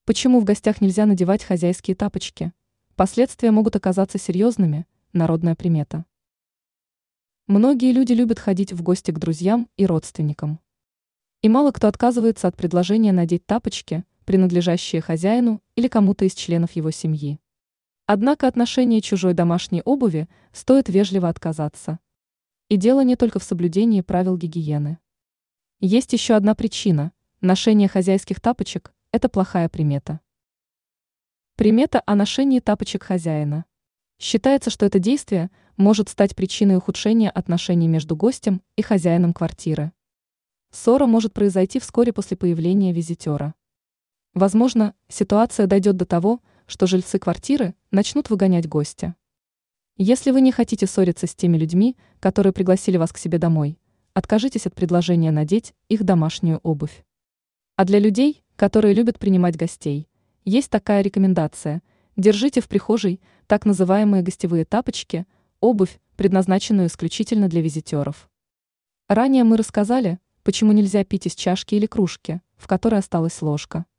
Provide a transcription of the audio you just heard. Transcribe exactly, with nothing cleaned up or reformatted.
Почему в гостях нельзя надевать хозяйские тапочки? Последствия могут оказаться серьезными. Народная примета. Многие люди любят ходить в гости к друзьям и родственникам. И мало кто отказывается от предложения надеть тапочки, принадлежащие хозяину или кому-то из членов его семьи. Однако от ношения чужой домашней обуви стоит вежливо отказаться. И дело не только в соблюдении правил гигиены. Есть еще одна причина – ношение хозяйских тапочек – это плохая примета. Примета о ношении тапочек хозяина. Считается, что это действие может стать причиной ухудшения отношений между гостем и хозяином квартиры. Ссора может произойти вскоре после появления визитера. Возможно, ситуация дойдет до того, что жильцы квартиры начнут выгонять гостя. Если вы не хотите ссориться с теми людьми, которые пригласили вас к себе домой, откажитесь от предложения надеть их домашнюю обувь. А для людей, которые любят принимать гостей, есть такая рекомендация: держите в прихожей так называемые гостевые тапочки, обувь, предназначенную исключительно для визитеров. Ранее мы рассказали, почему нельзя пить из чашки или кружки, в которой осталась ложка.